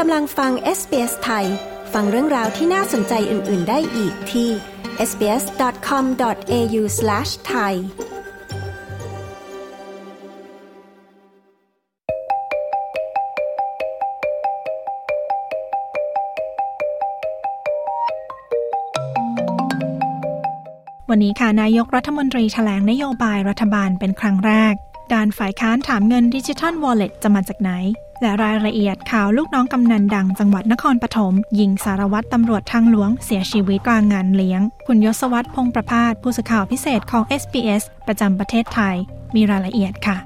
กำลังฟัง SBS ไทยฟังเรื่องราวที่น่าสนใจอื่นๆได้อีกที่ sbs.com.au/thai วันนี้ค่ะนายกรัฐมนตรีแถลงนโยบายรัฐบาลเป็นครั้งแรกด้านฝ่ายค้านถามเงิน Digital Wallet จะมาจากไหนและรายละเอียดข่าวลูกน้องกำนันดังจังหวัดนครปฐมยิงสารวัตรตำรวจทางหลวงเสียชีวิตกลางงานเลี้ยงคุณยศวัฒน์พงษ์ประภาสผู้สื่อข่าวพิเศษของ SBS ประจำประเทศไทยมีรายละเอียดค่ะ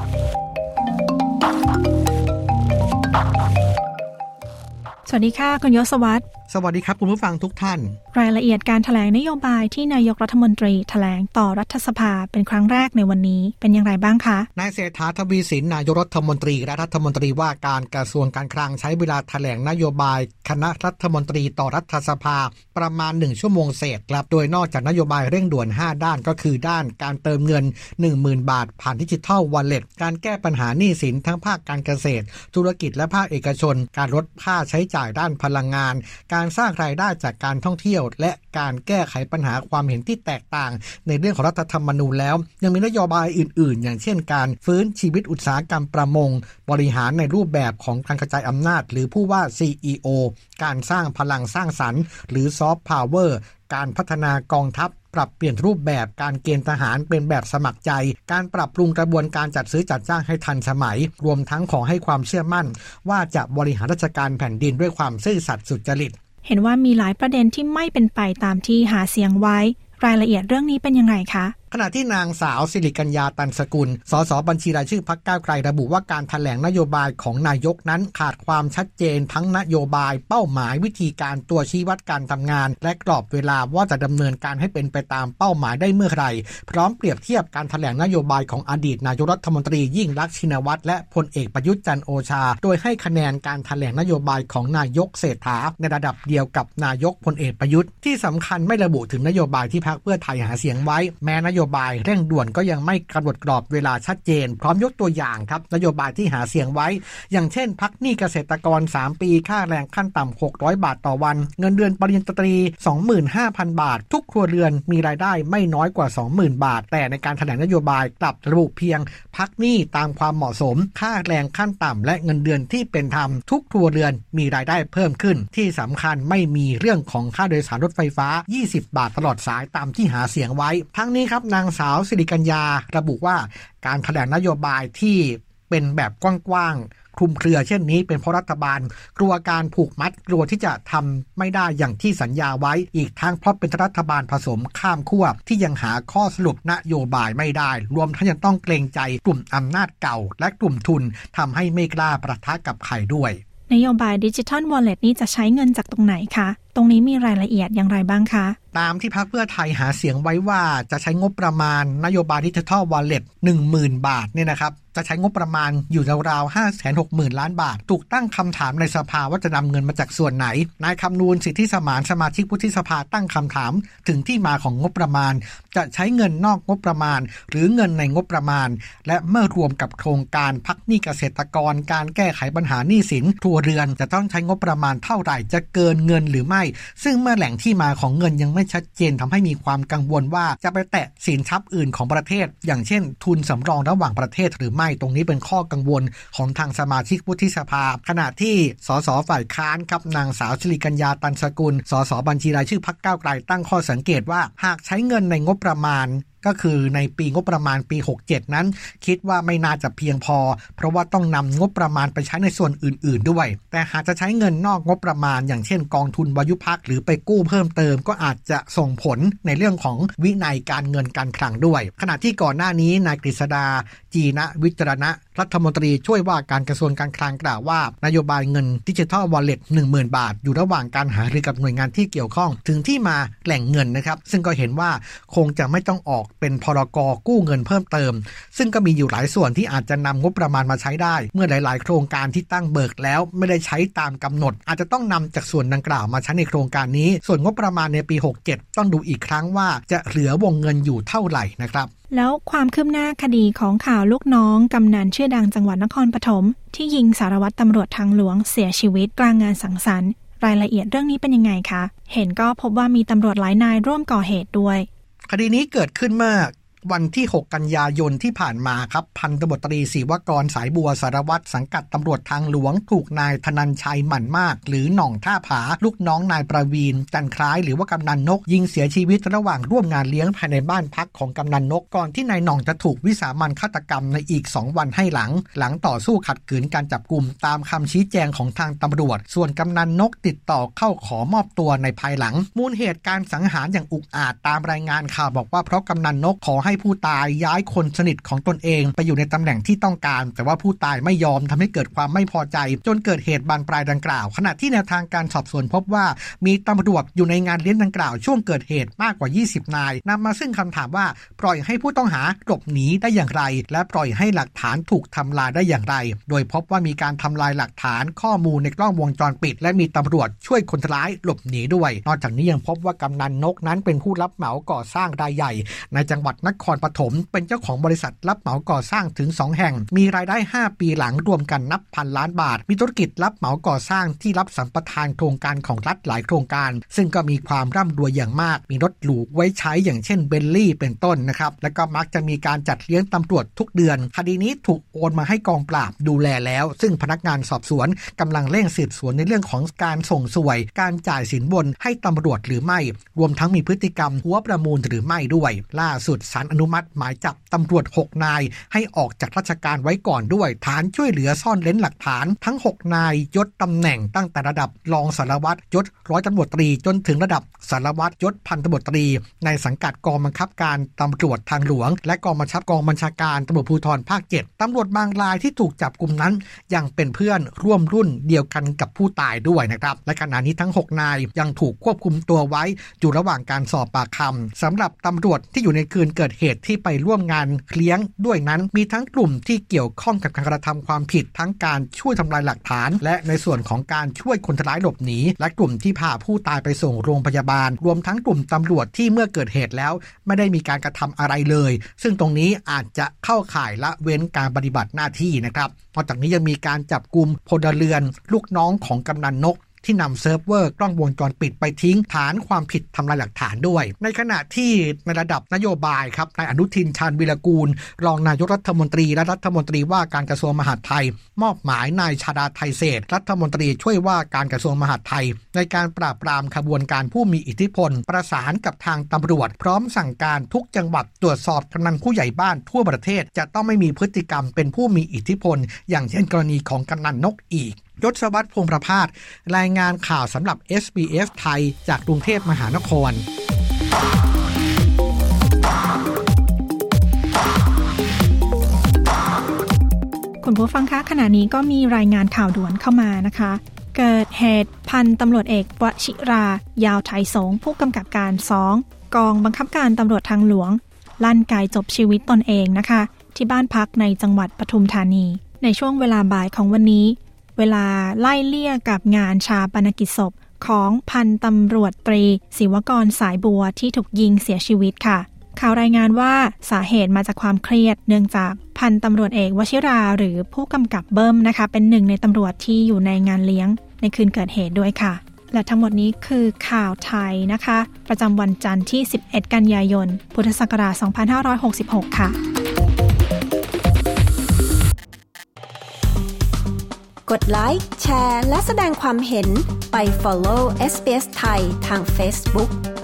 สวัสดีค่ะคุณยศวัฒน์สวัสดีครับคุณผู้ฟังทุกท่านรายละเอียดการแถลงนโยบายที่นายกรัฐมนตรีแถลงต่อรัฐสภาเป็นครั้งแรกในวันนี้เป็นอย่างไรบ้างคะนายเศรษฐา ทวีสินนายกรัฐมนตรีและรัฐมนตรีว่าการกระทรวงการคลังใช้เวลาแถลงนโยบายคณะรัฐมนตรีต่อรัฐสภาประมาณ1ชั่วโมงเศษครับโดยนอกจากนโยบายเร่งด่วน5ด้านก็คือด้านการเติมเงิน 10,000 บาทผ่านดิจิทัลวอลเล็ตการแก้ปัญหาหนี้สินทั้งภาคการเกษตรธุรกิจและภาคเอกชนการลดค่าใช้จ่ายด้านพลังงานการสร้างรายได้จากการท่องเที่ยวและการแก้ไขปัญหาความเห็นที่แตกต่างในเรื่องของรัฐธรรมนูญแล้วยังมีนโยบายอื่นๆอย่างเช่นการฟื้นชีวิตอุตสาหกรรมประมงบริหารในรูปแบบของการกระจายอำนาจหรือผู้ว่า CEO การสร้างพลังสร้างสรรค์หรือซอฟต์พาวเวอร์การพัฒนากองทัพปรับเปลี่ยนรูปแบบการเกณฑ์ทหารเป็นแบบสมัครใจการปรับปรุงกระบวนการจัดซื้อจัดจ้างให้ทันสมัยรวมทั้งขอให้ความเชื่อมั่นว่าจะบริหารราชการแผ่นดินด้วยความซื่อสัตย์สุจริตเห็นว่ามีหลายประเด็นที่ไม่เป็นไปตามที่หาเสียงไว้รายละเอียดเรื่องนี้เป็นยังไงคะขณะที่นางสาวสิริกัญญาตันสกุลสสบัญชีรายชื่อพรรคก้าวไกลระบุว่าการแถลงนโยบายของนายกนั้นขาดความชัดเจนทั้งนโยบายเป้าหมายวิธีการตัวชี้วัดการทำงานและกรอบเวลาว่าจะดำเนินการให้เป็นไปตามเป้าหมายได้เมื่อไหร่พร้อมเปรียบเทียบการแถลงนโยบายของอดีตนายกรัฐมนตรียิ่งลักษณ์ชินวัตรและพลเอกประยุทธ์จันทร์โอชาโดยให้คะแนนการแถลงนโยบายของนายกเศรษฐาในระดับเดียวกับนายกพลเอกประยุทธ์ที่สำคัญไม่ระบุถึงนโยบายที่พรรคเพื่อไทยหาเสียงไว้แม้นโยบายเร่งด่วนก็ยังไม่กำหนดกรอบเวลาชัดเจนพร้อมยกตัวอย่างครับนโยบายที่หาเสียงไว้อย่างเช่นพักหนี้เกษตรกร3ปีค่าแรงขั้นต่ำ600บาทต่อวันเงินเดือนปริญญาตรี 25,000 บาททุกครัวเรือนมีรายได้ไม่น้อยกว่า 20,000 บาทแต่ในการแถลงนโยบายกลับระบุเพียงพักหนี้ตามความเหมาะสมค่าแรงขั้นต่ำและเงินเดือนที่เป็นธรรมทุกครัวเรือนมีรายได้เพิ่มขึ้นที่สำคัญไม่มีเรื่องของค่าโดยสารรถไฟฟ้า20 บาทตลอดสายตามที่หาเสียงไว้ทั้งนี้ครับนางสาวสิริกัญญาระบุว่าการแถลงนโยบายที่เป็นแบบกว้างๆคลุมเครือเช่นนี้เป็นเพราะรัฐบาลกลัวการผูกมัดกลัวที่จะทำไม่ได้อย่างที่สัญญาไว้อีกทั้งเพราะเป็นรัฐบาลผสมข้ามขั้วที่ยังหาข้อสรุปนโยบายไม่ได้รวมทั้งยังต้องเกรงใจกลุ่มอำนาจเก่าและกลุ่มทุนทำให้ไม่กล้าประทะกับใครด้วยนโยบาย Digital Wallet นี้จะใช้เงินจากตรงไหนคะตรงนี้มีรายละเอียดอย่างไรบ้างคะตามที่พรรคเพื่อไทยหาเสียงไว้ว่าจะใช้งบประมาณนโยบาย Digital Wallet 10,000 บาทเนี่ยนะครับจะใช้งบประมาณอยู่ราวๆ 560,000 ล้านบาทถูกตั้งคำถามในสภาว่าจะนำเงินมาจากส่วนไหนนายคำนูนสิทธิสมานสมาชิกวุฒิสภาตั้งคำถามถึงที่มาของงบประมาณจะใช้เงินนอกงบประมาณหรือเงินในงบประมาณและเมื่อรวมกับโครงการพักหนี้เกษตรกรการแก้ไขปัญหาหนี้สินครัวเรือนจะต้องใช้งบประมาณเท่าไหร่จะเกินเงินหรือไม่ซึ่งเมื่อแหล่งที่มาของเงินยังไม่ชัดเจนทำให้มีความกังวลว่าจะไปแตะสินทรัพย์อื่นของประเทศอย่างเช่นทุนสำรองระหว่างประเทศหรือไม่ตรงนี้เป็นข้อกังวลของทางสมาชิกวุฒิสภาขณะที่สสฝ่ายค้านครับนางสาวสิริกัญญาตันสกุลสสบัญชีรายชื่อพรรคก้าวไกลตั้งข้อสังเกตว่าหากใช้เงินในงบประมาณก็คือในปีงบประมาณปี67นั้นคิดว่าไม่น่าจะเพียงพอเพราะว่าต้องนำงบประมาณไปใช้ในส่วนอื่นๆด้วยแต่หากจะใช้เงินนอกงบประมาณอย่างเช่นกองทุนวายุพักหรือไปกู้เพิ่มเติมก็อาจจะส่งผลในเรื่องของวินัยการเงินการคลังด้วยขณะที่ก่อนหน้านี้นายกฤษดาจีนะวิจารณะรัฐมนตรีช่วยว่าการกระทรวงการคลังกล่าวว่านโยบายเงิน Digital Wallet 10,000 บาทอยู่ระหว่างการหารือกับหน่วยงานที่เกี่ยวข้องถึงที่มาแหล่งเงินนะครับซึ่งก็เห็นว่าคงจะไม่ต้องออกเป็นพรก.กู้เงินเพิ่มเติมซึ่งก็มีอยู่หลายส่วนที่อาจจะนำงบประมาณมาใช้ได้เมื่อหลายๆโครงการที่ตั้งเบิกแล้วไม่ได้ใช้ตามกำหนดอาจจะต้องนำจากส่วนดังกล่าวมาใช้ในโครงการนี้ส่วนงบประมาณในปี67ต้องดูอีกครั้งว่าจะเหลือวงเงินอยู่เท่าไหร่นะครับแล้วความคืบหน้าคดีของข่าวลูกน้องกำนันชื่อดังจังหวัดนครปฐมที่ยิงสารวัตรตำรวจทางหลวงเสียชีวิตกลางงานสังสรรค์รายละเอียดเรื่องนี้เป็นยังไงคะเห็นก็พบว่ามีตำรวจหลายนายร่วมก่อเหตุด้วยคดีนี้เกิดขึ้นเมื่อวันที่6กันยายนที่ผ่านมาครับพันตำรวจตรีศิวกรสายบัวสารวัตรสังกัดตำรวจทางหลวงถูกนายธนันชัยหมั่นมากหรือหน่องท่าผาลูกน้องนายประวีณจันคล้ายหรือว่ากำนันนกยิงเสียชีวิตระหว่างร่วมงานเลี้ยงภายในบ้านพักของกำนันนกก่อนที่นายหน่องจะถูกวิสามัญฆาตกรรมในอีก2วันให้หลังต่อสู้ขัดขืนการจับกุมตามคำชี้แจงของทางตำรวจส่วนกำนันนกติดต่อเข้าขอมอบตัวในภายหลังมูลเหตุการสังหารอย่างอุกอาจตามรายงานข่าวบอกว่าเพราะกำนันนกขอให้ผู้ตายย้ายคนสนิทของตนเองไปอยู่ในตำแหน่งที่ต้องการแต่ว่าผู้ตายไม่ยอมทำให้เกิดความไม่พอใจจนเกิดเหตุบานปลายดังกล่าวขณะที่แนวทางการสอบสวนพบว่ามีตำรวจอยู่ในงานเลี้ยงดังกล่าวช่วงเกิดเหตุมากกว่า20นายนำมาซึ่งคำถามว่าปล่อยให้ผู้ต้องหาหลบหนีได้อย่างไรและปล่อยให้หลักฐานถูกทำลายได้อย่างไรโดยพบว่ามีการทำลายหลักฐานข้อมูลในกล้องวงจรปิดและมีตำรวจช่วยคนร้ายหลบหนีด้วยนอกจากนี้ยังพบว่ากำนันนกนั้นเป็นผู้รับเหมาก่อสร้างรายใหญ่ในจังหวัดนครปฐมเป็นเจ้าของบริษัทรับเหมาก่อสร้างถึง2แห่งมีรายได้5ปีหลังรวมกันนับพันล้านบาทมีธุรกิจรับเหมาก่อสร้างที่รับสัมปทานโครงการของรัฐหลายโครงการซึ่งก็มีความร่ำรวยอย่างมากมีรถหรูไว้ใช้อย่างเช่นเบนลี่เป็นต้นนะครับและก็มักจะมีการจัดเลี้ยงตำรวจทุกเดือนคดีนี้ถูกโอนมาให้กองปราบดูแลแล้วซึ่งพนักงานสอบสวนกำลังเร่งสืบสวนในเรื่องของการส่งสวยการจ่ายสินบนให้ตำรวจหรือไม่รวมทั้งมีพฤติกรรมหัวประมูลหรือไม่ด้วยล่าสุดศาลอนุมัติหมายจับตำรวจ6นายให้ออกจากราชการไว้ก่อนด้วยฐานช่วยเหลือซ่อนเร้นหลักฐานทั้ง6นายยศตำแหน่งตั้งแต่ระดับรองสารวัตรยศร้อยตำรวจตรีจนถึงระดับสารวัตรยศพันตำรวจตรีในสังกัดกองบังคับการตำรวจทางหลวงและกองบัญชาการตำรวจภูธรภาค7ตำรวจบางรายที่ถูกจับกุมนั้นยังเป็นเพื่อนร่วมรุ่นเดียวกันกับผู้ตายด้วยนะครับและขณะนี้ทั้ง6นายยังถูกควบคุมตัวไว้อยู่ระหว่างการสอบปากคำสำหรับตำรวจที่อยู่ในคืนเกิดเหตุที่ไปร่วมงานเลี้ยงด้วยนั้นมีทั้งกลุ่มที่เกี่ยวข้องกับการกระทำความผิดทั้งการช่วยทำลายหลักฐานและในส่วนของการช่วยคนร้ายหลบหนีและกลุ่มที่พาผู้ตายไปส่งโรงพยาบาลรวมทั้งกลุ่มตำรวจที่เมื่อเกิดเหตุแล้วไม่ได้มีการกระทำอะไรเลยซึ่งตรงนี้อาจจะเข้าข่ายละเว้นการปฏิบัติหน้าที่นะครับนอกจากนี้ยังมีการจับกุมพลเรือนลูกน้องของกำนันนกที่นำเซิร์ฟเวอร์กล้องวงจรปิดไปทิ้งฐานความผิดทำลายหลักฐานด้วยในขณะที่ในระดับนโยบายครับนายอนุทินชาญวีรกูลรองนายกรัฐมนตรีและรัฐมนตรีว่าการกระทรวงมหาดไทยมอบหมายนายชาดาไทเศรษฐ์รัฐมนตรีช่วยว่าการกระทรวงมหาดไทยในการปราบปรามขบวนการผู้มีอิทธิพลประสานกับทางตำรวจพร้อมสั่งการทุกจังหวัดตรวจสอบกำนันผู้ใหญ่บ้านทั่วประเทศจะต้องไม่มีพฤติกรรมเป็นผู้มีอิทธิพลอย่างเช่นกรณีของกำนันนกอีกยศวัฒน์พงษ์ประภาสรายงานข่าวสำหรับ SBS ไทยจากกรุงเทพมหานครคุณผู้ฟังคะขณะนี้ก็มีรายงานข่าวด่วนเข้ามานะคะเกิดเหตุพันตำรวจเอกวชิรายาวไทยสงผู้กำกับการ2กองบังคับการตำรวจทางหลวงลั่นไกจบชีวิตตนเองนะคะที่บ้านพักในจังหวัดปทุมธานีในช่วงเวลาบ่ายของวันนี้เวลาไล่เลี่ยกับงานชาปนกิจศพของพันตำรวจตรีศิวกรสายบัวที่ถูกยิงเสียชีวิตค่ะข่าวรายงานว่าสาเหตุมาจากความเครียดเนื่องจากพันตำรวจเอกวชิราหรือผู้กำกับเบิ้มนะคะเป็นหนึ่งในตำรวจที่อยู่ในงานเลี้ยงในคืนเกิดเหตุด้วยค่ะและทั้งหมดนี้คือข่าวไทยนะคะประจำวันจันทร์ที่11กันยายนพุทธศักราช2566ค่ะกดไลค์แชร์และแสดงความเห็นไป follow SBS ไทยทาง Facebook